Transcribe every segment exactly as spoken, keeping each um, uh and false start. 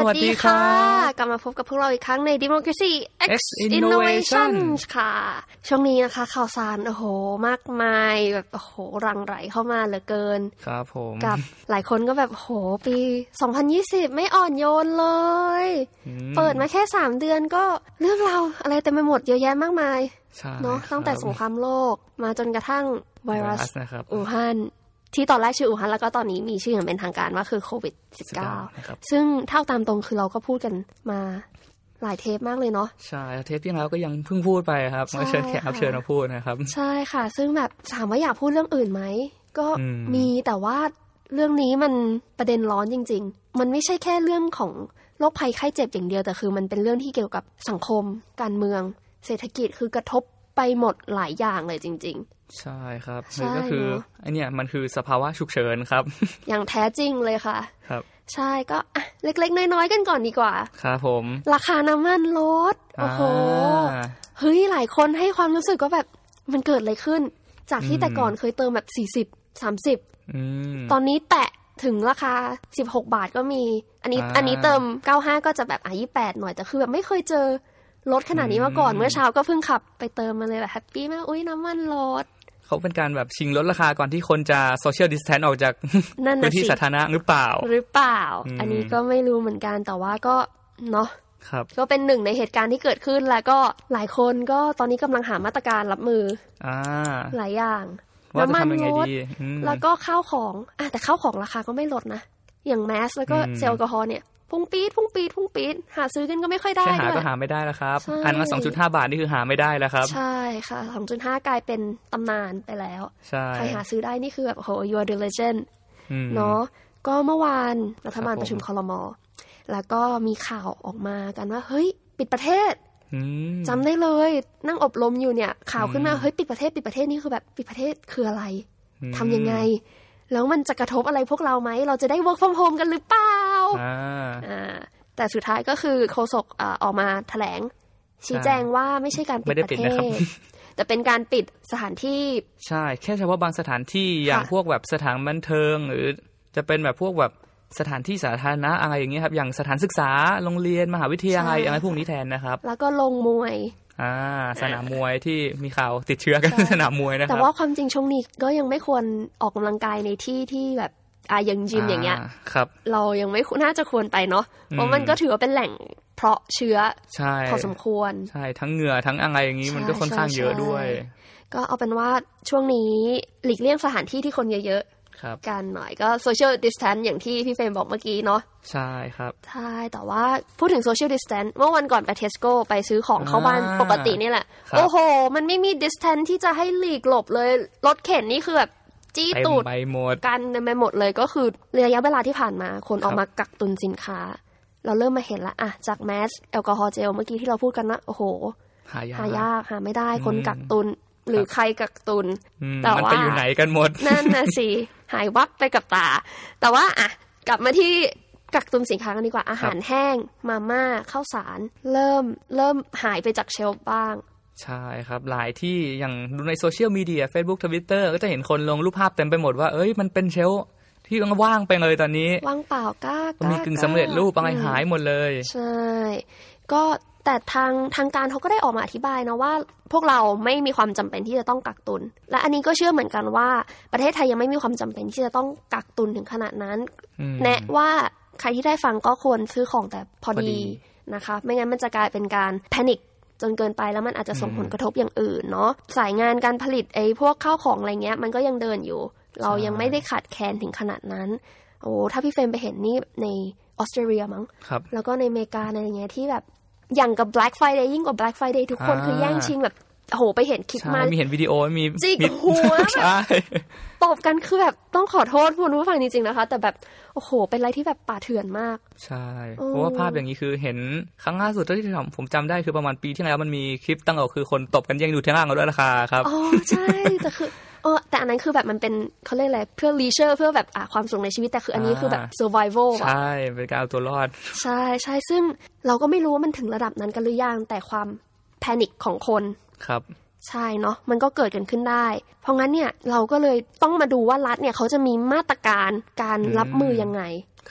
วัสดีค่ะกลับมาพบกับพวกเราอีกครั้งใน Democracy X Innovation ค่ะช่วงนี้นะคะข่าวสารโอ้โหมากมายแบบโอ้โหรังไหลเข้ามาเหลือเกินครับผมกับหลายคนก็แบบโหปีสองพันยี่สิบไม่อ่อนโยนเลยเปิดมาแค่สามเดือนก็เรื่องราวอะไรเต็มไปหมดเยอะแยะมากมายเนาะตั้งแต่สงครามโลกมาจนกระทั่งไวรัสอู่ฮั่นที่ตอนแรกชื่ออู่ฮั่นแล้วก็ตอนนี้มีชื่ออย่างเป็นทางการว่าคือโควิด สิบเก้า ซึ่งเท่าตามตรงคือเราก็พูดกันมาหลายเทปมากเลยเนาะใช่เทปที่แล้วก็ยังเพิ่งพูดไปครับมาเชิญแขกรับเชิญมาพูดนะครับใช่ค่ะซึ่งแบบถามว่าอยากพูดเรื่องอื่นไหมก็มีแต่ว่าเรื่องนี้มันประเด็นร้อนจริงๆมันไม่ใช่แค่เรื่องของโรคภัยไข้เจ็บอย่างเดียวแต่คือมันเป็นเรื่องที่เกี่ยวกับสังคมการเมืองเศรษฐกิจคือกระทบไปหมดหลายอย่างเลยจริงๆใช่ครับนี่ก็คือไอเนี่ยมันคือสภาวะฉุกเฉินครับอย่างแท้จริงเลยค่ะครับใช่ก็เล็กๆน้อยๆกันก่อนดีกว่าครับผมราคาน้ำมันลดโอ้โหเฮ้ยหลายคนให้ความรู้สึกว่าแบบมันเกิดอะไรขึ้นจากที่แต่ก่อนเคยเติมแบบสี่สิบ สามสิบอืมตอนนี้แตะถึงราคาสิบหกบาทก็มีอันนี้อันนี้เติมเก้าสิบห้าก็จะแบบอ่ะยี่สิบแปดหน่อยแต่คือแบบไม่เคยเจอลดขนาดนี้มาก่อนเมื่อเช้าก็เพิ่งขับไปเติมมาเลยแบบแฮปปี้มากอุ๊ยน้ำมันลดเขาเป็นการแบบชิงลดราคาก่อนที่คนจะโซเชียลดิสแทนซ์ออกจากพื้นที่สาธารณะหรือเปล่าหรือเปล่าอันนี้ก็ไม่รู้เหมือนกันแต่ว่าก็เนาะครับก็เป็นหนึ่งในเหตุการณ์ที่เกิดขึ้นแล้วก็หลายคนก็ตอนนี้กำลังหามาตรการรับมืออ่าหลายอย่างน้ำมันลดแล้วก็ข้าวของอ่ะแต่ข้าวของราคาก็ไม่ลดนะอย่างแมสแล้วก็เจลแอลกอฮอล์เนี่ยพุ่งปี๊ดพุ่งปี๊ดพุ่งปี๊ดหาซื้อกันก็ไม่ค่อยได้ด้วยหาก็หาไม่ได้แล้วครับอันละ สองจุดห้า บาทนี่คือหาไม่ได้แล้วครับใช่ค่ะ สองจุดห้า กลายเป็นตำนานไปแล้วใครหาซื้อได้นี่คือแบบโห you are the legend เนาะก็เมื่อวานรัฐบาลประชุมครม.แล้วก็มีข่าวออกมากันว่าเฮ้ยปิดประเทศจำได้เลยนั่งอบรมอยู่เนี่ยข่าวขึ้นมาเฮ้ยปิดประเทศปิดประเทศนี่คือแบบปิดประเทศคืออะไรทำยังไงแล้วมันจะกระทบอะไรพวกเราไหมเราจะได้ work from home กันหรือเปล่าอ่าแต่สุดท้ายก็คือโฆษกอ่าออกมาแถลงชี้แจงว่าไม่ใช่การปิดประเทศแต่เป็นการปิดสถานที่ใช่แค่เฉพาะบางสถานที่อย่างพวกแบบสถานบันเทิงหรือจะเป็นแบบพวกแบบสถานที่สาธารณะอะไรอย่างเงี้ยครับอย่างสถานศึกษาโรงเรียนมหาวิทยาลัยอะไรพวกนี้แทนนะครับแล้วก็ลงมวยอ่าสนามมวยที่มีข่าวติดเชื้อกันสนามมวยนะครับแต่ว่าความจริงช่วงนี้ก็ยังไม่ควรออกกำลังกายในที่ที่แบบอ่ะอย่างยิมอย่างเงี้ยครับเรายังไม่น่าจะควรไปเนาะเพราะมันก็ถือว่าเป็นแหล่งเพาะเชื้อพอสมควรใช่ทั้งเหงื่อทั้งอะไรอย่างงี้มันก็ค่อนข้างเยอะด้วยก็เอาเป็นว่าช่วงนี้หลีกเลี่ยงสถานที่ที่คนเยอะๆกันหน่อยก็ social distance อย่างที่พี่เฟรมบอกเมื่อกี้เนาะใช่ครับใช่แต่ว่าพูดถึง social distance เมื่อวันก่อนไป Tesco ไปซื้อของเข้าบ้านปกตินี่แหละโอ้โหมันไม่มี distance ที่จะให้หลีกหลบเลยรถเข็นนี่คือแบบจี้ตูดกันไปหมดเลยก็คือระยะเวลาที่ผ่านมาคนออกมากักตุนสินค้าเราเริ่มมาเห็นละอะจากแมสแอลกอฮอล์เจลเมื่อกี้ที่เราพูดกันนะโอ้โหหายากหายากหาไม่ได้คนกักตุนหรือใครกักตุนแต่ว่ามันไปอยู่ไหนกันหมดนั่นน่ะสิหายวับไปกับตาแต่ว่าอะกลับมาที่กักตุนสินค้ากันดีกว่าอาหารแห้งมาม่าข้าวสารเริ่มเริ่มหายไปจากเชลฟ์บ้างใช่ครับหลายที่อย่างดูในโซเชียลมีเดีย Facebook Twitter ก็จะเห็นคนลงรูปภาพเต็มไปหมดว่าเอ้ยมันเป็นเชลฟ์ที่ว่างไปเลยตอนนี้ว่างเปล่าก้าๆมีกึ่งสำเร็จรูปอะไรหายหมดเลยใช่ก็แต่ทางทางการเขาก็ได้ออกมาอธิบายนะว่าพวกเราไม่มีความจำเป็นที่จะต้องกักตุนและอันนี้ก็เชื่อเหมือนกันว่าประเทศไทยยังไม่มีความจำเป็นที่จะต้องกักตุนถึงขนาดนั้นแนะว่าใครที่ได้ฟังก็ควรซื้อของแต่พอดีนะคะไม่งั้นมันจะกลายเป็นการแพนิคจนเกินไปแล้วมันอาจจะส่งผลกระทบอย่างอื่นเนาะสายงานการผลิตไอ้พวกข้าวของอะไรเงี้ยมันก็ยังเดินอยู่เรายังไม่ได้ขาดแคลนถึงขนาดนั้นโอ้ถ้าพี่เฟรมไปเห็นนี่ในออสเตรเลียมั้งแล้วก็ในอเมริกาอะไรเงี้ยที่แบบอย่างกับ Black Friday ยิ่งกว่า Black Friday ทุกคนคือแย่งชิงแบบโอ้โหไปเห็นคลิปมามีเห็นวิดีโอมีจิกหัวตบกันคือแบบต้องขอโทษคุณผู้ฟังจริงๆนะคะแต่แบบโอ้โหเป็นอะไรที่แบบป่าเถื่อนมากใช่เพราะว่าภาพอย่างนี้คือเห็นครั้งล่าสุดที่ผมจำได้คือประมาณปีที่แล้วมันมีคลิปตั้งออกคือคนตบกันแย่งดูเทล่างกันด้วยราคาครับอ๋อใช่แต่คือเออแต่อันนั้นคือแบบมันเป็นเขาเรียกอะไรเพื่อ leisure เพื่อแบบอ่ะความสุขในชีวิตแต่คืออันนี้คือแบบ survival อ่ะใช่เป็นการเอาตัวรอดใช่ใช่ซึ่งเราก็ไม่รู้ว่ามันถึงระดับนั้นกันหรือยังแต่ความแพนิคของคนครับใช่เนาะมันก็เกิดกันขึ้นได้เพราะงั้นเนี่ยเราก็เลยต้องมาดูว่ารัฐเนี่ยเขาจะมีมาตรการการรับมือยังไงครับ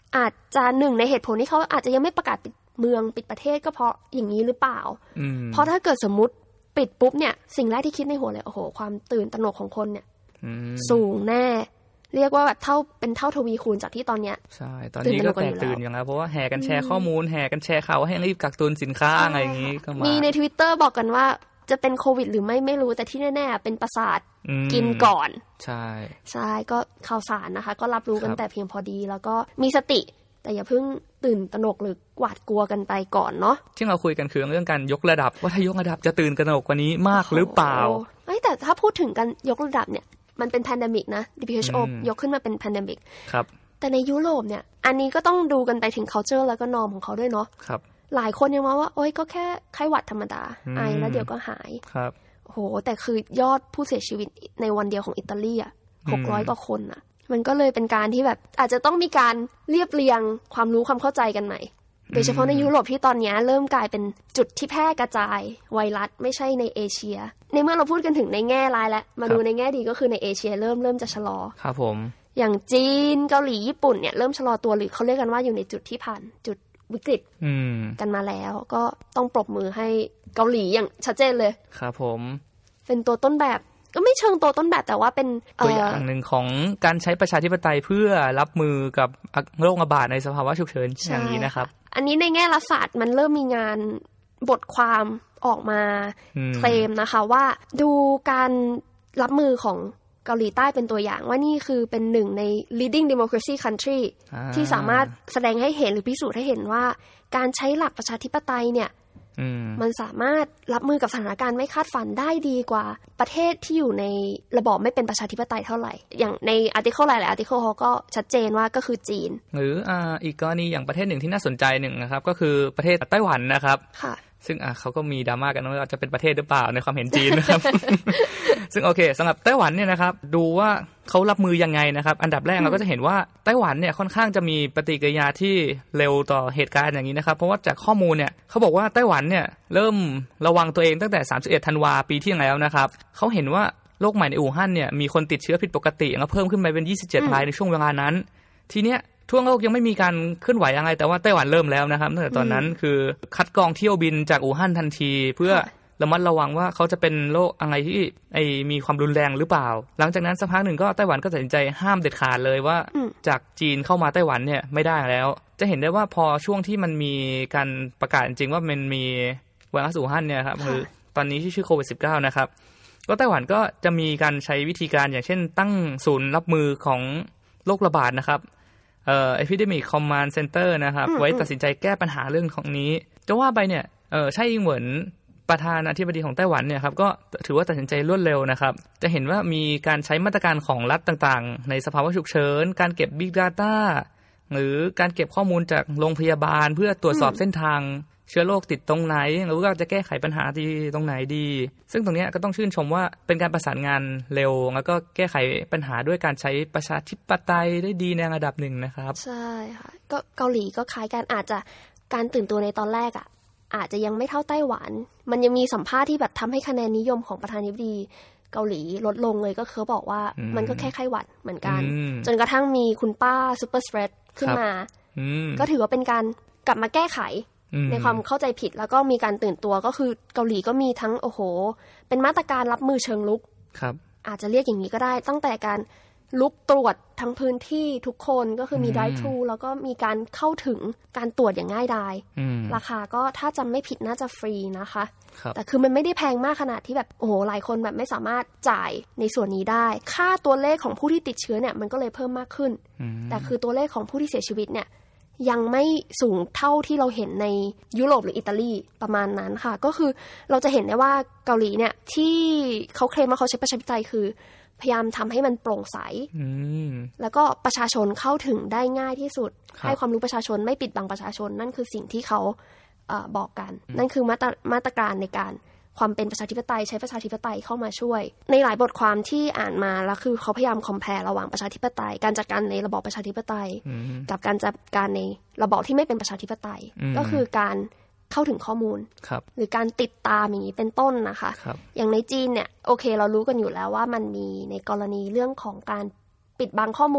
อาจจะหนึ่งในเหตุผลที่เขาอาจจะยังไม่ประกาศปิดเมืองปิดประเทศก็เพราะอย่างนี้หรือเปล่าเพราะถ้าเกิดสมมุติปิดปุ๊บเนี่ยสิ่งแรกที่คิดในหัวเลยโอ้โหความตื่นตระหนกของคนเนี่ยสูงแน่เรียกว่าแบบเท่าเป็นเท่าทวีคูณจากที่ตอนเนี้ยใช่ตอนนี้ก็แตกตื่นอย่างแล้วเพราะว่าแห่กันแชร์ข้อมูลแห่กันแชร์ข่าวให้รีบกักตุนสินค้าอะไรอย่างนี้ก็มามีใน Twitter บอกกันว่าจะเป็นโควิดหรือไม่ไม่รู้แต่ที่แน่ๆเป็นประสาทกินก่อนใช่ใช่ก็ข่าวสารนะคะก็รับรู้กันแต่เพียงพอดีแล้วก็มีสติแต่อย่าเพิ่งตื่นตระหนกหรือหวาดกลัวกันไปก่อนเนาะที่เราคุยกันคือเรื่องการยกระดับว่าถ้ายกระดับจะตื่นตระหนกกว่านี้มากหรือเปล่าแต่ถ้าพูดถึงการยกระดับเนี่ยมันเป็นแพนเดมิกนะ ดับเบิลยู เอช โอ ยกขึ้นมาเป็นแพนเดมิกครับแต่ในยุโรปเนี่ยอันนี้ก็ต้องดูกันไปถึง culture แล้วก็ norm ของเขาด้วยเนาะครับหลายคนยังมองว่าโอ๊ยก็แค่ไข้หวัดธรรมดาไอแล้วเดี๋ยวก็หายครับโหแต่คือยอดผู้เสียชีวิตในวันเดียวของอิตาลีอ่ะหกร้อยกว่าคนอ่ะมันก็เลยเป็นการที่แบบอาจจะต้องมีการเรียบเรียงความรู้ความเข้าใจกันใหม่โดยเฉพาะในยุโรปที่ตอนนี้เริ่มกลายเป็นจุดที่แพร่กระจายไวรัสไม่ใช่ในเอเชียในเมื่อเราพูดกันถึงในแง่ร้ายแล้วมาดูในแง่ดีก็คือในเอเชียเริ่มเริ่มจะชะลอครับผมอย่างจีนเกาหลีญี่ปุ่นเนี่ยเริ่มชะลอตัวหรือเขาเรียกกันว่าอยู่ในจุดที่ผ่านจุดวิกฤตกันมาแล้วก็ต้องปรบมือให้เกาหลีอย่างชัดเจนเลยครับผมเป็นตัวต้นแบบก็ไม่เชิงตัวต้นแบบแต่ว่าเป็นตัวอย่างหนึ่งของการใช้ประชาธิปไตยเพื่อรับมือกับโรคระบาดในสภาวะฉุกเฉินอย่างนี้นะครับอันนี้ในแง่รัฐศาสตร์มันเริ่มมีงานบทความออกมาเคลมนะคะว่าดูการรับมือของเกาหลีใต้เป็นตัวอย่างว่านี่คือเป็นหนึ่งใน leading democracy country ที่สามารถแสดงให้เห็นหรือพิสูจน์ให้เห็นว่าการใช้หลักประชาธิปไตยเนี่ยมันสามารถรับมือกับสถานการณ์ไม่คาดฝันได้ดีกว่าประเทศที่อยู่ในระบอบไม่เป็นประชาธิปไตยเท่าไหร่อย่างในอาร์ติเคิลหลายๆอาร์ติเคิลเขาก็ชัดเจนว่าก็คือจีนหรืออ่าอีกกรณีอย่างประเทศหนึ่งที่น่าสนใจหนึ่งนะครับก็คือประเทศไต้หวันนะครับค่ะซึ่งอ่ะเขาก็มีดราม่ากันว่าจะเป็นประเทศหรือเปล่าในความเห็นจีนนะครับ ซึ่งโอเคสำหรับไต้หวันเนี่ยนะครับดูว่าเขารับมือยังไงนะครับอันดับแรกเราก็จะเห็นว่าไต้หวันเนี่ยค่อนข้างจะมีปฏิกิริยาที่เร็วต่อเหตุการณ์อย่างนี้นะครับเพราะว่าจากข้อมูลเนี่ยเขาบอกว่าไต้หวันเนี่ยเริ่มระวังตัวเองตั้งแต่สามสิบเอ็ดธันวาปีที่แล้วนะครับเขาเห็นว่าโรคใหม่ในอู่ฮั่นเนี่ยมีคนติดเชื้อผิดปกติแล้วเพิ่มขึ้นไปเป็นยี่สิบเจ็ดรายในช่วงเวลานั้นทีเนี้ยทั่วโลกยังไม่มีการเคลื่อนไหวอะไรแต่ว่าไต้หวันเริ่มแล้วนะครับตั้งแต่ตอนนั้นคือคัดกรองเที่ยวบินจากอู่ฮั่นทันทีเพื่อระมัดระวังว่าเขาจะเป็นโรคอะไรที่ไอมีความรุนแรงหรือเปล่าหลังจากนั้นสักพักหนึ่งก็ไต้หวันก็ตัดสินใจห้ามเด็ดขาดเลยว่าจากจีนเข้ามาไต้หวันเนี่ยไม่ได้แล้วจะเห็นได้ว่าพอช่วงที่มันมีการประกาศจริงว่ามันมีไวรัสอู่ฮั่นเนี่ยครับคือตอนนี้ที่ชื่อโควิด สิบเก้า นะครับก็ไต้หวันก็จะมีการใช้วิธีการอย่างเช่นตั้งศูนย์รับมือของโรคระบาดนะครับเอ่อ Epidemic Command Center นะครับไว้ตัดสินใจแก้ปัญหาเรื่องของนี้จะว่าไปเนี่ยเออใช่เหมือนประธานาธิบดีของไต้หวันเนี่ยครับก็ถือว่าตัดสินใจรวดเร็วนะครับจะเห็นว่ามีการใช้มาตรการของรัฐต่างๆในสภาวะฉุกเฉินการเก็บ Big Data หรือการเก็บข้อมูลจากโรงพยาบาลเพื่อตรวจสอบเส้นทางเชื้อโรคติดตรงไหนหรือว่าจะแก้ไขปัญหาที่ตรงไหนดีซึ่งตรงนี้ก็ต้องชื่นชมว่าเป็นการประสานงานเร็วแล้วก็แก้ไขปัญหาด้วยการใช้ประชาธิปไตยได้ดีในระดับหนึ่งนะครับใช่ค่ะก็เกาหลีก็คล้ายกันอาจจะการตื่นตัวในตอนแรกอ่ะอาจจะยังไม่เท่าไต้หวันมันยังมีสัมภาษณ์ที่แบบทำให้คะแนนนิยมของประธานาธิบดีเกาหลีลดลงเลยก็คือบอกว่ามันก็แค่ไข้หวัดเหมือนกันจนกระทั่งมีคุณป้าซูเปอร์สเปรดขึ้นมาก็ถือว่าเป็นการกลับมาแก้ไขในความเข้าใจผิดแล้วก็มีการตื่นตัวก็คือเกาหลีก็มีทั้งโอ้โหเป็นมาตรการรับมือเชิงรุกครับอาจจะเรียกอย่างนี้ก็ได้ตั้งแต่การลุกตรวจทั้งพื้นที่ทุกคนก็คือมี drive thru แล้วก็มีการเข้าถึงการตรวจอย่างง่ายดายราคาก็ถ้าจำไม่ผิดน่าจะฟรีนะคะแต่คือมันไม่ได้แพงมากขนาดที่แบบโอ้โหหลายคนแบบไม่สามารถจ่ายในส่วนนี้ได้ค่าตัวเลขของผู้ที่ติดเชื้อเนี่ยมันก็เลยเพิ่มมากขึ้นแต่คือตัวเลขของผู้ที่เสียชีวิตเนี่ยยังไม่สูงเท่าที่เราเห็นในยุโรปหรืออิตาลีประมาณนั้นค่ะก็คือเราจะเห็นได้ว่าเกาหลีเนี่ยที่เขาเคลมว่าเขาใช้ประชาธิปไตยคือพยายามทำให้มันโปร่งใสแล้วก็ประชาชนเข้าถึงได้ง่ายที่สุดให้ความรู้ประชาชนไม่ปิดบังประชาชนนั่นคือสิ่งที่เขาเอ่อบอกกันนั่นคือมาตรมาตรการในการความเป็นประชาธิปไตยใช้ประชาธิปไตยเข้ามาช่วยในหลายบทความที่อ่านมาแล้วคือเขาพยายามคอมแพร์ระหว่างประชาธิปไตยการจัดการในระบอบประชาธิปไตยกับการจัดการในระบอบที่ไม่เป็นประชาธิปไตยก็คือการเข้าถึงข้อมูลหรือการติดตามอย่างนี้เป็นต้นนะคะอย่างในจีนเนี่ยโอเคเรารู้กันอยู่แล้วว่ามันมีในกรณีเรื่องของการปิดบังข้อมูล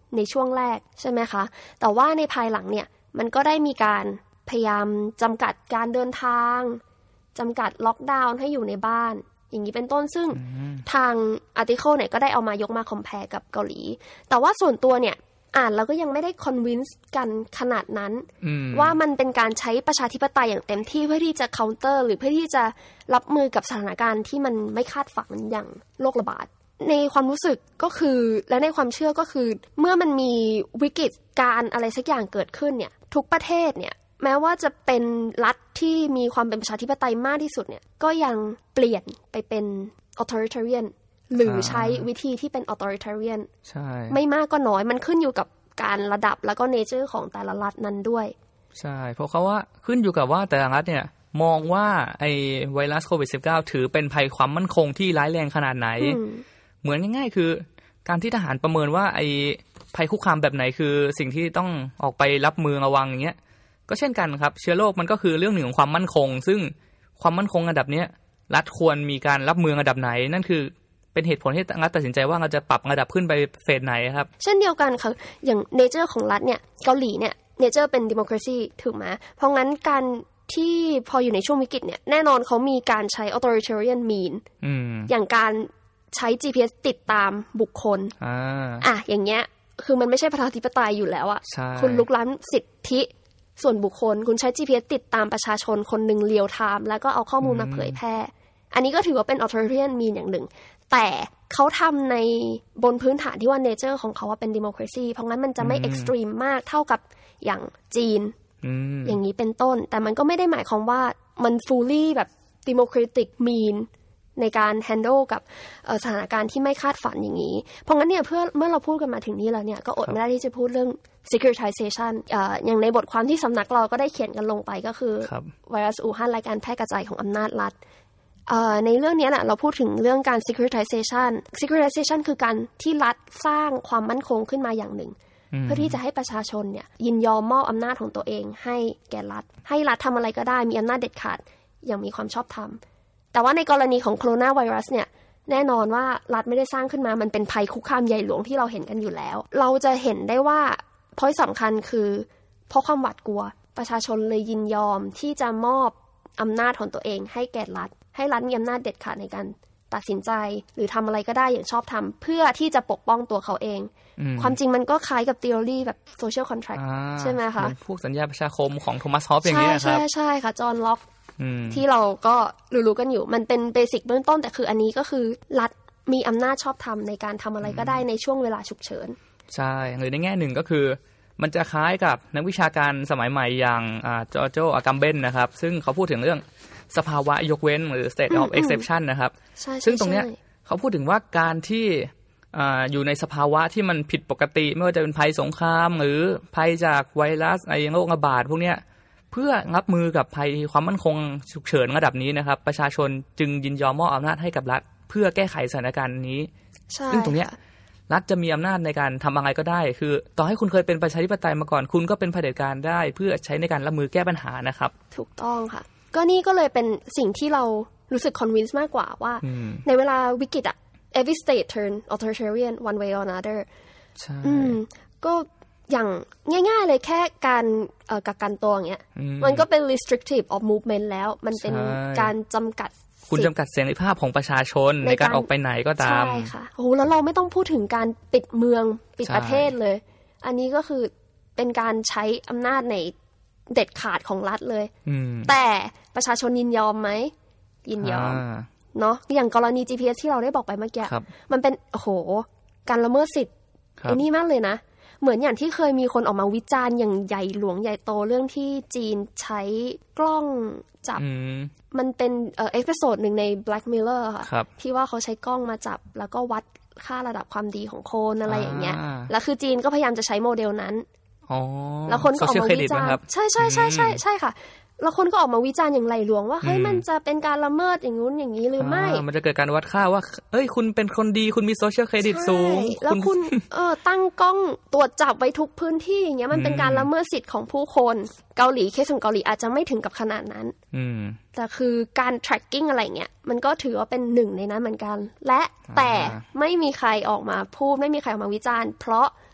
ในช่วงแรกใช่ไหมคะแต่ว่าในภายหลังเนี่ยมันก็ได้มีการพยายามจำกัดการเดินทางจำกัดล็อกดาวน์ให้อยู่ในบ้านอย่างนี้เป็นต้นซึ่งทางอาร์ติเคิลเนี่ยก็ได้เอามายกมาคอมแพร์กับเกาหลีแต่ว่าส่วนตัวเนี่ยอ่านแล้วก็ยังไม่ได้คอนวินส์กันขนาดนั้นว่ามันเป็นการใช้ประชาธิปไตยอย่างเต็มที่เพื่อที่จะเคาน์เตอร์หรือเพื่อที่จะรับมือกับสถานการณ์ที่มันไม่คาดฝันอย่างโรคระบาดในความรู้สึกก็คือและในความเชื่อก็คือเมื่อมันมีวิกฤตการณ์อะไรสักอย่างเกิดขึ้นเนี่ยทุกประเทศเนี่ยแม้ว่าจะเป็นรัฐที่มีความเป็นประชาธิปไตยมากที่สุดเนี่ยก็ยังเปลี่ยนไปเป็น authoritarian หรือใช้วิธีที่เป็น authoritarian ใช่ไม่มากก็น้อยมันขึ้นอยู่กับการระดับแล้วก็ nature ของแต่ละรัฐนั้นด้วยใช่เพราะเขาว่าขึ้นอยู่กับว่าแต่ละรัฐเนี่ยมองว่าไอ้ไวรัสโควิด สิบเก้า ถือเป็นภัยความมั่นคงที่ร้ายแรงขนาดไหนเหมือนง่ายๆคือการที่ทหารประเมินว่าไอ้ภัยคุกคามแบบไหนคือสิ่งที่ต้องออกไปรับมือระวังอย่างเงี้ยก็เช่นกันครับเชื้อโรคมันก็คือเรื่องหนึ่งของความมั่นคงซึ่งความมั่นคงระดับเนี้ยรัฐควรมีการรับมือระดับไหนนั่นคือเป็นเหตุผลที่รัฐตัดสินใจว่าเราจะปรับระดับขึ้นไปเฟสไหนครับเช่นเดียวกันค่ะอย่างเนเจอร์ของรัฐเนี่ยเกาหลีเนี่ยเนเจอร์เป็น democracy ถูกไหมเพราะงั้นการที่พออยู่ในช่วงวิกฤตเนี่ยแน่นอนเขามีการใช้ authoritarian mean อย่างการใช้ จี พี เอส ติดตามบุคคลอ่าอ่ะอย่างเงี้ยคือมันไม่ใช่ประชาธิปไตยอยู่แล้วอ่ะคุณลุกล้ำสิทธิส่วนบุคคลคุณใช้ จี พี เอส ติดตามประชาชนคนหนึ่งเรียลไทม์แล้วก็เอาข้อมูลมาเผยแพร่อันนี้ก็ถือว่าเป็น authoritarian mean อย่างหนึ่งแต่เขาทำในบนพื้นฐานที่ว่า nature ของเขาว่าเป็น democracy เพราะงั้นมันจะไม่ extreme มากเท่ากับอย่างจีนอย่างนี้เป็นต้นแต่มันก็ไม่ได้หมายความว่ามัน fully แบบ democratic mean ในการ handle กับสถานการณ์ที่ไม่คาดฝันอย่างนี้เพราะงั้นเนี่ยเพื่อเมื่อเราพูดกันมาถึงนี้แล้วเนี่ยก็อดไม่ได้ที่จะพูดเรื่อง securitization อ่าอย่างในบทความที่สำนักเราก็ได้เขียนกันลงไปก็คือไวรัสอู่ฮั่นและการแพร่กระจายของอำนาจรัฐในเรื่องนี้แหละเราพูดถึงเรื่องการ securitization securitization คือการที่รัฐสร้างความมั่นคงขึ้นมาอย่างหนึ่งเพื่อที่จะให้ประชาชนเนี่ยยินยอมมอบอำนาจของตัวเองให้แก่รัฐให้รัฐทำอะไรก็ได้มีอำนาจเด็ดขาดอย่างมีความชอบธรรมแต่ว่าในกรณีของโคโรนาไวรัสเนี่ยแน่นอนว่ารัฐไม่ได้สร้างขึ้นมามันเป็นภัยคุกคามใหญ่หลวงที่เราเห็นกันอยู่แล้วเราจะเห็นได้ว่าพอยต์สำคัญคือเพราะความหวาดกลัวประชาชนเลยยินยอมที่จะมอบอำนาจของตัวเองให้แก่รัฐให้รัฐมีอำนาจเด็ดขาดในการตัดสินใจหรือทำอะไรก็ได้อย่างชอบธรรมเพื่อที่จะปกป้องตัวเขาเองความจริงมันก็คล้ายกับ theory แบบ social contract ใช่ไหมคะพวกสัญญาประชาคมของโทมัสฮอปอย่างนี้นะครับใช่ใช่ค่ะจอห์นล็อกที่เราก็รู้ๆกันอยู่มันเป็นเบสิกเบื้องต้นแต่คืออันนี้ก็คือรัฐมีอำนาจชอบธรรมในการทำอะไรก็ได้ในช่วงเวลาฉุกเฉินใช่หรือในแง่หนึ่งก็คือมันจะคล้ายกับนักวิชาการสมัยใหม่อย่างจอร์โจอากัมเบนนะครับซึ่งเขาพูดถึงเรื่องสภาวะยกเว้นหรือ state of exception นะครับซึ่งตรงเนี้ยเขาพูดถึงว่าการที่อยู่ในสภาวะที่มันผิดปกติไม่ว่าจะเป็นภัยสงครามหรือภัยจากไวรัสไอโรคระบาดพวกเนี้ยเพื่อรับมือกับภัยความมั่นคงฉุกเฉินระดับนี้นะครับประชาชนจึงยินยอมมอบอำนาจให้กับรัฐเพื่อแก้ไขสถานการณ์นี้ซึ่งตรงเนี้ยรัฐจะมีอำนาจในการทำอะไรก็ได้คือต่อให้คุณเคยเป็นประชาธิปไตยมาก่อนคุณก็เป็นเผด็จการได้เพื่อใช้ในการรับมือแก้ปัญหานะครับถูกต้องค่ะก็นี่ก็เลยเป็นสิ่งที่เรารู้สึก convince มากกว่าว่าในเวลาวิกฤตอะ every state turn authoritarian one way or another ใช่ก็อย่างง่ายๆเลยแค่การกักกันตัวอย่างเงี้ยมันก็เป็น restrictive of movement แล้วมันเป็นการจำกัดคุณจำกัดเสรีภาพของประชาชนในการออกไปไหนก็ตามใช่ค่ะโอ้โหแล้วเราไม่ต้องพูดถึงการปิดเมืองปิดประเทศเลยอันนี้ก็คือเป็นการใช้อำนาจในเด็ดขาดของรัฐเลยแต่ประชาชนยินยอมไหมยินยอมเนาะอย่างกรณี จี พี เอส ที่เราได้บอกไปเมื่อกี้มันเป็นโอ้โหการละเมิดสิทธิ์ไอ้นี่มากเลยนะเหมือนอย่างที่เคยมีคนออกมาวิจารณ์อย่างใหญ่หลวงใหญ่โตเรื่องที่จีนใช้กล้องจับมันเป็นเอ่อเอพิโซดหนึ่งใน Black Mirror ค่ะที่ว่าเขาใช้กล้องมาจับแล้วก็วัดค่าระดับความดีของคนอะไรอย่างเงี้ยแล้วคือจีนก็พยายามจะใช้โมเดลนั้นแล้วคนก็ออกมาวิจารณ์ใช่ใช่ใช่ใช่ใช่ค่ะแล้วคนก็ออกมาวิจารณ์อย่างไหลหลวงว่าเฮ้ยมันจะเป็นการละเมิดอย่างนู้นอย่างนี้หรือไม่มันจะเกิดการวัดค่าว่าเอ้ยคุณเป็นคนดีคุณมีโซเชียลเครดิตสูงแล้วคุณเออตั้งกล้องตรวจจับไว้ทุกพื้นที่อย่างเงี้ยมันเป็นการละเมิดสิทธิ์ของผู้คนเกาหลีเคสของเกาหลีอาจจะไม่ถึงกับขนาดนั้นแต่คือการ tracking อะไรเงี้ยมันก็ถือว่าเป็นหนึ่งในนั้นเหมือนกันและแต่ไม่มีใครออกมาพูดไม่มีใครออกมาวิจารณ์เพราะ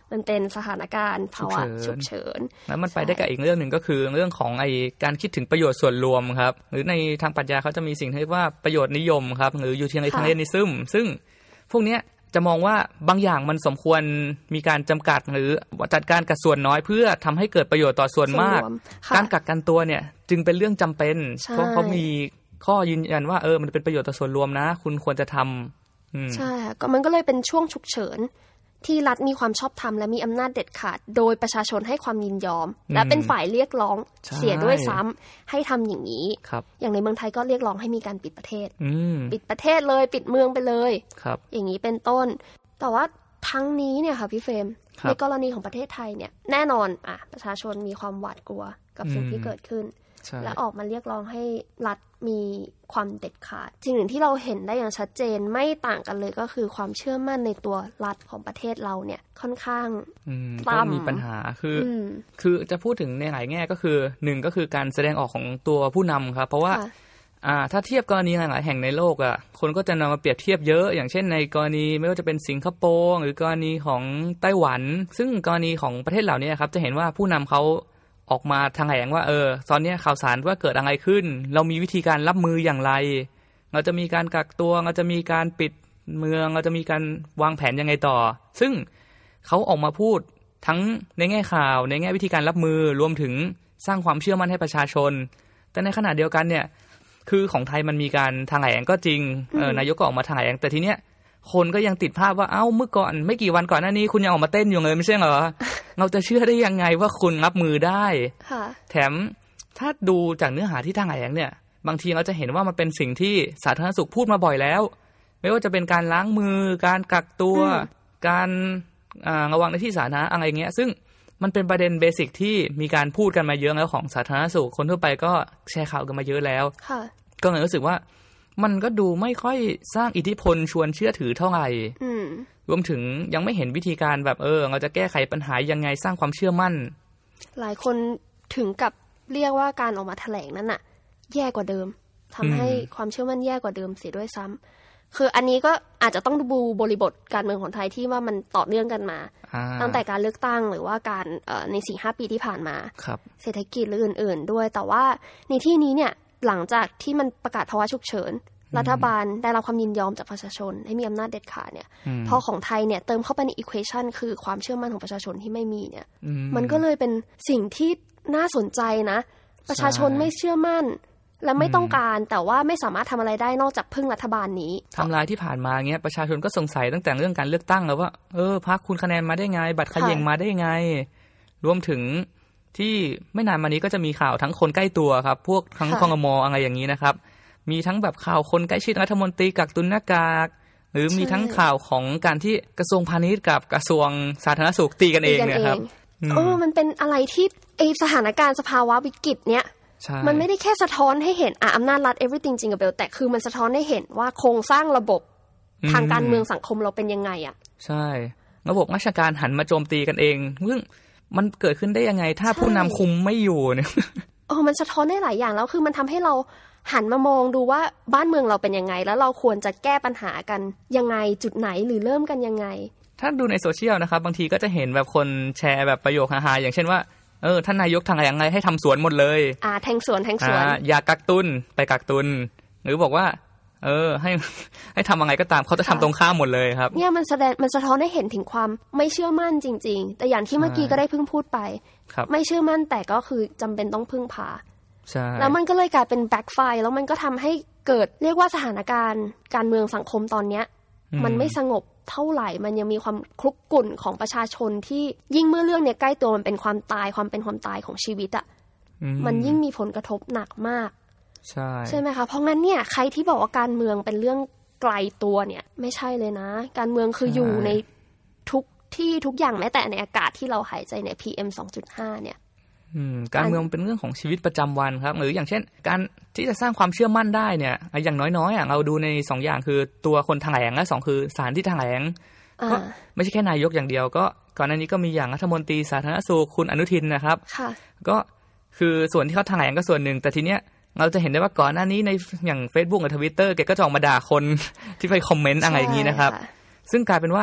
มันเป็นสถานการณ์ภาวะฉุกเฉินแล้วมันไปได้กับอีกเรื่องหนึ่งก็คือเรื่องของไอ้การคิดถึงประโยชน์ส่วนรวมครับหรือในทางปรัชญาเขาจะมีสิ่งที่เรียกว่าประโยชน์นิยมครับหรือยูทิลิเทเรียนิซึมซึ่งพวกเนี้ยจะมองว่าบางอย่างมันสมควรมีการจำกัดหรือจัดการกับส่วนน้อยเพื่อทำให้เกิดประโยชน์ต่อส่วนมากการกักกันตัวเนี่ยจึงเป็นเรื่องจำเป็นเพราะเขามีข้อยืนยันว่าเออมันเป็นประโยชน์ต่อส่วนรวมนะคุณควรจะทำใช่ค่ะก็มันก็เลยเป็นช่วงฉุกเฉินที่รัฐมีความชอบธรรมและมีอำนาจเด็ดขาดโดยประชาชนให้ความยินยอมและเป็นฝ่ายเรียกร้องเสียด้วยซ้ำให้ทำอย่างนี้อย่างในเมืองไทยก็เรียกร้องให้มีการปิดประเทศปิดประเทศเลยปิดเมืองไปเลยอย่างนี้เป็นต้นแต่ว่าทั้งนี้เนี่ยค่ะพี่เฟรมในกรณีของประเทศไทยเนี่ยแน่นอนอ่ะประชาชนมีความหวาดกลัวกับสิ่งที่เกิดขึ้นและออกมาเรียกร้องให้รัฐมีความเด็ดขาดสิ่งหนึ่งที่เราเห็นได้อย่างชัดเจนไม่ต่างกันเลยก็คือความเชื่อมั่นในตัวรัฐของประเทศเราเนี่ยค่อนข้างต่ำมีปัญหาคือคือจะพูดถึงในหลายแง่ก็คือหนึ่งก็คือการแสดงออกของตัวผู้นำครับเพราะว่าอ่าถ้าเทียบกรณีหลายๆแห่งในโลกอ่ะคนก็จะนำมาเปรียบเทียบเยอะอย่างเช่นในกรณีไม่ว่าจะเป็นสิงคโปร์หรือกรณีของไต้หวันซึ่งกรณีของประเทศเหล่านี้ครับจะเห็นว่าผู้นำเขาออกมาทางแหลงว่าเออตอนนี้ข่าวสารว่าเกิดอะไรขึ้นเรามีวิธีการรับมืออย่างไรเราจะมีการกักตัวเราจะมีการปิดเมืองเราจะมีการวางแผนยังไงต่อซึ่งเขาออกมาพูดทั้งในแง่ข่าวในแง่วิธีการรับมือรวมถึงสร้างความเชื่อมั่นให้ประชาชนแต่ในขณะเดียวกันเนี่ยคือของไทยมันมีการทางแหลงก็จริงเออนายกก็ออกมาทางแหลงแต่ทีเนี้ยคนก็ยังติดภาพว่าเอ้าเมื่อก่อนไม่กี่วันก่อนหน้านี้คุณยังออกมาเต้นอยู่เลยไม่ใช่เหรอ เราจะเชื่อได้ยังไงว่าคุณรับมือได้แถมถ้าดูจากเนื้อหาที่ทางแหลงเนี่ยบางทีเราจะเห็นว่ามันเป็นสิ่งที่สาธารณสุขพูดมาบ่อยแล้วไม่ว่าจะเป็นการล้างมือการกักตัวการระวังในที่สาธารณะอะไรเงี้ยซึ่งมันเป็นประเด็นเบสิกที่มีการพูดกันมาเยอะแล้วของสาธารณสุขคนทั่วไปก็แชร์ข่าวกันมาเยอะแล้วก็เลยรู้สึกว่ามันก็ดูไม่ค่อยสร้างอิทธิพลชวนเชื่อถือเท่าไหร่รวมถึงยังไม่เห็นวิธีการแบบเออเราจะแก้ไขปัญหายังไงสร้างความเชื่อมั่นหลายคนถึงกับเรียกว่าการออกมาแถลงนั้นน่ะแย่กว่าเดิมทำให้ความเชื่อมั่นแย่กว่าเดิมเสียด้วยซ้ำคืออันนี้ก็อาจจะต้องดูบริบทการเมืองของไทยที่ว่ามันต่อเนื่องกันมาตั้งแต่การเลือกตั้งหรือว่าการใน สี่ห้า ปีที่ผ่านมาเศรษฐกิจหรืออื่นๆด้วยแต่ว่าในที่นี้เนี่ยหลังจากที่มันประกาศภาวะฉุกเฉินรัฐบาลได้รับความยินยอมจากประชาชนให้มีอำนาจเด็ดขาดเนี่ยพอของไทยเนี่ยเติมเข้าไปในอีควอชันคือความเชื่อมั่นของประชาชนที่ไม่มีเนี่ยมันก็เลยเป็นสิ่งที่น่าสนใจนะประชาชนไม่เชื่อมั่นและไม่ต้องการแต่ว่าไม่สามารถทำอะไรได้นอกจากพึ่งรัฐบาลนี้ทำลายที่ผ่านมาเงี้ยประชาชนก็สงสัยตั้งแต่เรื่องการเลือกตั้งแล้วว่าเออพรรคคุณคะแนนมาได้ไงบัตรเขย่งมาได้ไงรวมถึงที่ไม่นานมานี้ก็จะมีข่าวทั้งคนใกล้ตัวครับพวกทั้งคงม.อะไรอย่างนี้นะครับมีทั้งแบบข่าวคนใกล้ชิดรัฐมนตรีกักตุนหน้ากากหรือมีทั้งข่าวของการที่กระทรวงพาณิชย์กับกระทรวงสาธารณสุขตีกันเองเนี่ยครับเออมันเป็นอะไรที่ไอสถานการณ์สภาวะวิกฤตเนี้ยมันไม่ได้แค่สะท้อนให้เห็นอ่ะอำนาจรัฐ everything จริงกับเบลแต่คือมันสะท้อนให้เห็นว่าโครงสร้างระบบทางการเมืองสังคมเราเป็นยังไงอ่ะใช่ระบบราชการหันมาโจมตีกันเองซึ่งมันเกิดขึ้นได้ยังไงถ้าผู้นำคุมไม่อยู่เนี่ยเออมันสะท้อนได้หลายอย่างแล้วคือมันทำให้เราหันมามองดูว่าบ้านเมืองเราเป็นยังไงแล้วเราควรจะแก้ปัญหากันยังไงจุดไหนหรือเริ่มกันยังไงถ้าดูในโซเชียลนะครับบางทีก็จะเห็นแบบคนแชร์แบบประโยคฮาๆอย่างเช่นว่าเออท่านนายกทางอะไรให้ทำสวนหมดเลยอ่าแทงสวนแทงสวนอย่ากักตุนไปกักตุนหรือบอกว่าเออให้ให้ทำอะไรก็ตามเขาจะทำตรงข้ามหมดเลยครับเนี่ยมันแสดงมันสะท้อนให้เห็นถึงความไม่เชื่อมั่นจริงๆแต่อย่างที่เมื่อกี้ก็ได้เพิ่งพูดไปไม่เชื่อมั่นแต่ก็คือจำเป็นต้องพึ่งพาแล้วมันก็เลยกลายเป็นแบ็คไฟร์แล้วมันก็ทำให้เกิดเรียกว่าสถานการณ์การเมืองสังคมตอนเนี้ยมันไม่สงบเท่าไหร่มันยังมีความคลุกกลุ่นของประชาชนที่ยิ่งเมื่อเรื่องเนี้ยใกล้ตัวมันเป็นความตายความเป็นความตายของชีวิตอ่ะมันยิ่งมีผลกระทบหนักมากใช่ใช่ไหมคะเพราะงั้นเนี่ยใครที่บอกว่าการเมืองเป็นเรื่องไกลตัวเนี่ยไม่ใช่เลยนะการเมืองคืออยู่ในทุกที่ทุกอย่างแม้แต่ในอากาศที่เราหายใจใน พี เอ็ม สองจุดห้า เนี่ยการเมืองเป็นเรื่องของชีวิตประจำวันครับหรืออย่างเช่นการที่จะสร้างความเชื่อมั่นได้เนี่ยอย่างน้อยๆอ่ะเราดูในสองอย่างคือตัวคนแถลงและสองคือศาลที่แถลงก็ไม่ใช่แค่นายกอย่างเดียวก็ก่อนหน้านี้ก็มีอย่างรัฐมนตรีสาธารณสุขคุณอนุทินนะครับก็คือส่วนที่เขาแถลงก็ส่วนหนึ่งแต่ทีเนี้ยเราจะเห็นได้ว่าก่อนหน้านี้ในอย่าง Facebook กับ Twitter แกก็จะออกมาด่าคนที่ไปคอมเมนต์อะไรอย่างนี้นะครับซึ่งกลายเป็นว่า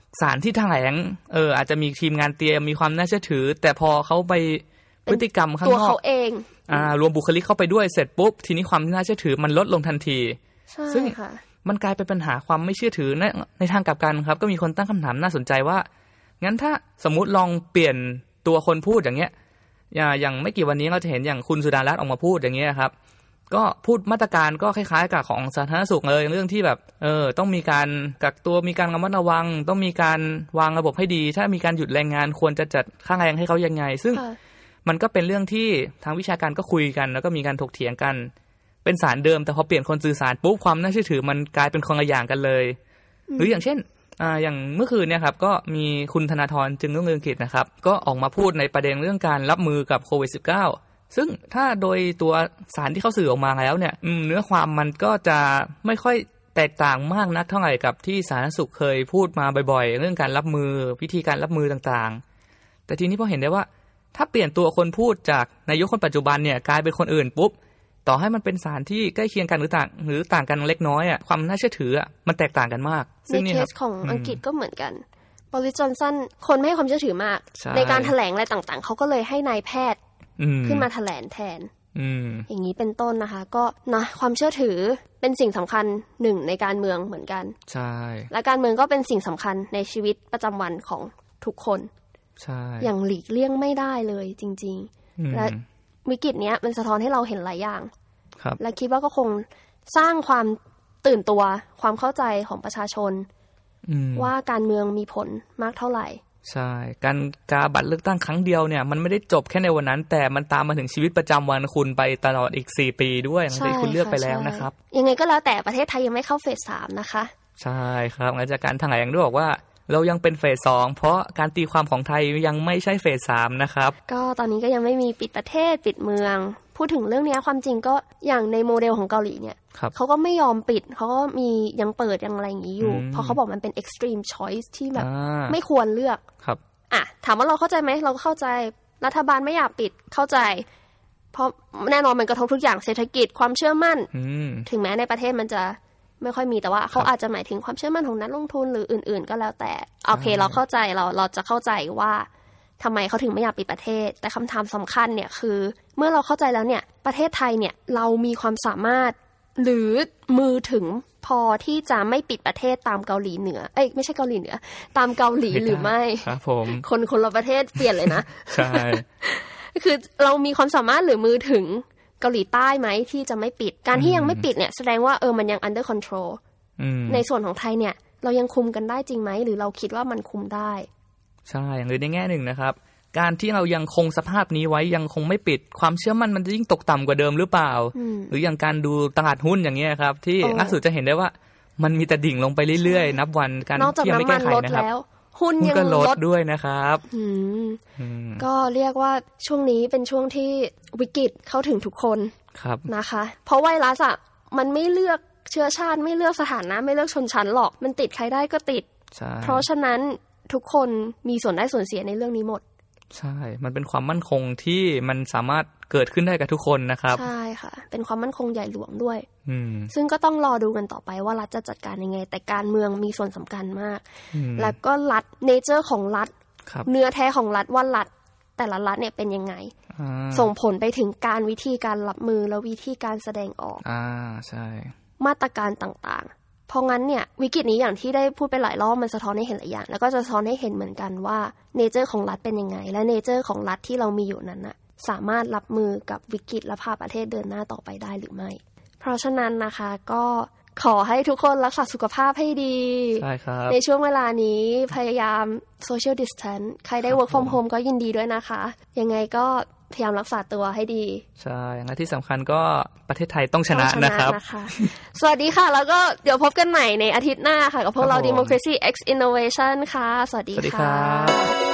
สารที่แถลงเอออาจจะมีทีมงานเตรียมมีความน่าเชื่อถือแต่พอเขาไปพฤติกรรมข้างนอกตัวเขาเองอ่ารวมบุคลิกเข้าไปด้วยเสร็จปุ๊บทีนี้ความน่าเชื่อถือมันลดลงทันทีซึ่งมันกลายเป็นปัญหาความไม่เชื่อถือในในทางกลับกันครับก็มีคนตั้งคำถามน่าสนใจว่างั้นถ้าสมมุติลองเปลี่ยนตัวคนพูดอย่างเงี้ยอย่างไม่กี่วันนี้เราจะเห็นอย่างคุณสุดารัตน์ออกมาพูดอย่างเงี้ยครับก็พูดมาตรการก็คล้ายๆกับของสาธารณสุขเลยเรื่องที่แบบเออต้องมีการกักตัวมีการระมัดระวังต้องมีการวางระบบให้ดีถ้ามีการหยุดแรงงานควรจะจัดค่าแรงให้เขายังไงซึ่งมันก็เป็นเรื่องที่ทางวิชาการก็คุยกันแล้วก็มีการถกเถียงกันเป็นสารเดิมแต่พอเปลี่ยนคนสื่อสารปุ๊บความน่าเชื่อถือมันกลายเป็นคนละอย่างกันเลยหรืออย่างเช่นอ่าอย่างเมื่อคืนเนี่ยครับก็มีคุณธนาธรจึงรุ่งเรืองกิจนะครับก็ออกมาพูดในประเด็นเรื่องการรับมือกับโควิด สิบเก้า ซึ่งถ้าโดยตัวสารที่เขาสื่อออกมาแล้วเนี่ยเนื้อความมันก็จะไม่ค่อยแตกต่างมากนักเท่าไหร่กับที่สาธารณสุขเคยพูดมาบ่อยๆเรื่องการรับมือวิธีการรับมือต่างๆแต่ทีนี้พอเห็นได้ว่าถ้าเปลี่ยนตัวคนพูดจากนายกคนปัจจุบันเนี่ยกลายเป็นคนอื่นปุ๊บต่อให้มันเป็นสารที่ใกล้เคียงกันหรือต่างหรือต่างกันเล็กน้อยอ่ะความน่าเชื่อถืออ่ะมันแตกต่างกันมากในเคสของอังกฤษก็เหมือนกันบริส จอนสันคนไม่ให้ความเชื่อถือมากในการแถลงอะไรต่างๆเขาก็เลยให้นายแพทย์ขึ้นมาแถลงแทนอย่างนี้เป็นต้นนะคะก็นะความเชื่อถือเป็นสิ่งสำคัญหนึ่งในการเมืองเหมือนกันใช่และการเมืองก็เป็นสิ่งสำคัญในชีวิตประจำวันของทุกคนใช่อย่างหลีกเลี่ยงไม่ได้เลยจริงๆและวิกฤตเนี้ยมันสะท้อนให้เราเห็นหลายอย่างและคิดว่าก็คงสร้างความตื่นตัวความเข้าใจของประชาชนว่าการเมืองมีผลมากเท่าไหร่ใช่การกาบัตรเลือกตั้งครั้งเดียวเนี่ยมันไม่ได้จบแค่ในวันนั้นแต่มันตามมาถึงชีวิตประจำวันคุณไปตลอดอีกสี่ปีด้วยอย่างที่คุณเลือกไปแล้วนะครับยังไงก็แล้วแต่ประเทศไทยยังไม่เข้าเฟสสามนะคะใช่ครับหลังจากการแถลงด้วยบอกว่าเรายังเป็นเฟสสองเพราะการตีความของไทยยังไม่ใช่เฟสสามนะครับก็ตอนนี้ก็ยังไม่มีปิดประเทศปิดเมืองพูดถึงเรื่องนี้ความจริงก็อย่างในโมเดลของเกาหลีเนี่ยเขาก็ไม่ยอมปิดเขาก็มียังเปิดยังอะไรอย่างนี้อยู่เพราะเขาบอกมันเป็น extreme choice ที่แบบไม่ควรเลือกครับอ่ะถามว่าเราเข้าใจไหมเราก็เข้าใจรัฐบาลไม่อยากปิดเข้าใจเพราะแน่นอนมันกระทบทุกอย่างเศรษฐกิจความเชื่อมั่นถึงแม้ในประเทศมันจะไม่ค่อยมีแต่ว่าเขาอาจจะหมายถึงความเชื่อมั่นของนักลงทุนหรืออื่นๆก็แล้วแต่โอเคเราเข้าใจเราเราจะเข้าใจว่าทำไมเขาถึงไม่อยากปิดประเทศแต่คำถามสำคัญเนี่ยคือเมื่อเราเข้าใจแล้วเนี่ยประเทศไทยเนี่ยเรามีความสามารถหรือมือถึงพอที่จะไม่ปิดประเทศตามเกาหลีเหนือเอ้ยไม่ใช่เกาหลีเหนือตามเกาหลีหรือไม่ครับผมคนคนละประเทศเปลี่ยนเลยนะใช่คือเรามีความสามารถหรือมือถึงเกาหลีใต้ไหมที่จะไม่ปิดการที่ยังไม่ปิดเนี่ยแสดงว่าเออมันยัง under control ในส่วนของไทยเนี่ยเรายังคุมกันได้จริงไหมหรือเราคิดว่ามันคุมได้ใช่หรือในแง่หนึ่งนะครับการที่เรายังคงสภาพนี้ไว้ยังคงไม่ปิดความเชื่อมั่นมันจะยิ่งตกต่ำกว่าเดิมหรือเปล่าหรืออย่างการดูตลาดหุ้นอย่างเงี้ยครับที่ล่าสุดจะเห็นได้ว่ามันมีแต่ดิ่งลงไปเรื่อยๆนับวันการที่ยังไม่แก้ไขนะครับหุ้นยังลดด้วยนะครับก็เรียกว่าช่วงนี้เป็นช่วงที่วิกฤตเข้าถึงทุกคนนะคะเพราะไวรัสอ่ะมันไม่เลือกเชื้อชาติไม่เลือกสถานะไม่เลือกชนชั้นหรอกมันติดใครได้ก็ติดเพราะฉะนั้นทุกคนมีส่วนได้ส่วนเสียในเรื่องนี้หมดใช่มันเป็นความมั่นคงที่มันสามารถเกิดขึ้นได้กับทุกคนนะครับใช่ค่ะเป็นความมั่นคงใหญ่หลวงด้วยซึ่งก็ต้องรอดูกันต่อไปว่ารัฐจะจัดการยังไงแต่การเมืองมีส่วนสำคัญมากแล้วก็รัฐเนเจอร์ของรัฐเนื้อแท้ของรัฐว่ารัฐแต่ละรัฐเนี่ยเป็นยังไงส่งผลไปถึงการวิธีการรับมือและวิธีการแสดงออกอ่าใช่มาตรการต่างๆเพราะงั้นเนี่ยวิกฤตนี้อย่างที่ได้พูดไปหลายรอบมันสะท้อนให้เห็นหลายอย่างแล้วก็จะสะท้อนให้เห็นเหมือนกันว่าเนเจอร์ของรัฐเป็นยังไงและเนเจอร์ของรัฐที่เรามีอยู่นั้นน่ะสามารถรับมือกับวิกฤตและพาประเทศเดินหน้าต่อไปได้หรือไม่เพราะฉะนั้นนะคะก็ขอให้ทุกคนรักษาสุขภาพให้ดีใช่ครับในช่วงเวลานี้พยายาม social distance ใครได้ work from home ก็ยินดีด้วยนะคะยังไงก็พยายามรักษาตัวให้ดีใช่และที่สำคัญก็ประเทศไทยต้องชนะนะครับสวัสดีค่ะแล้วก็เดี๋ยวพบกันใหม่ในอาทิตย์หน้าค่ะกับพวกเรา Democracy X Innovation ค่ะสวัสดีค่ะ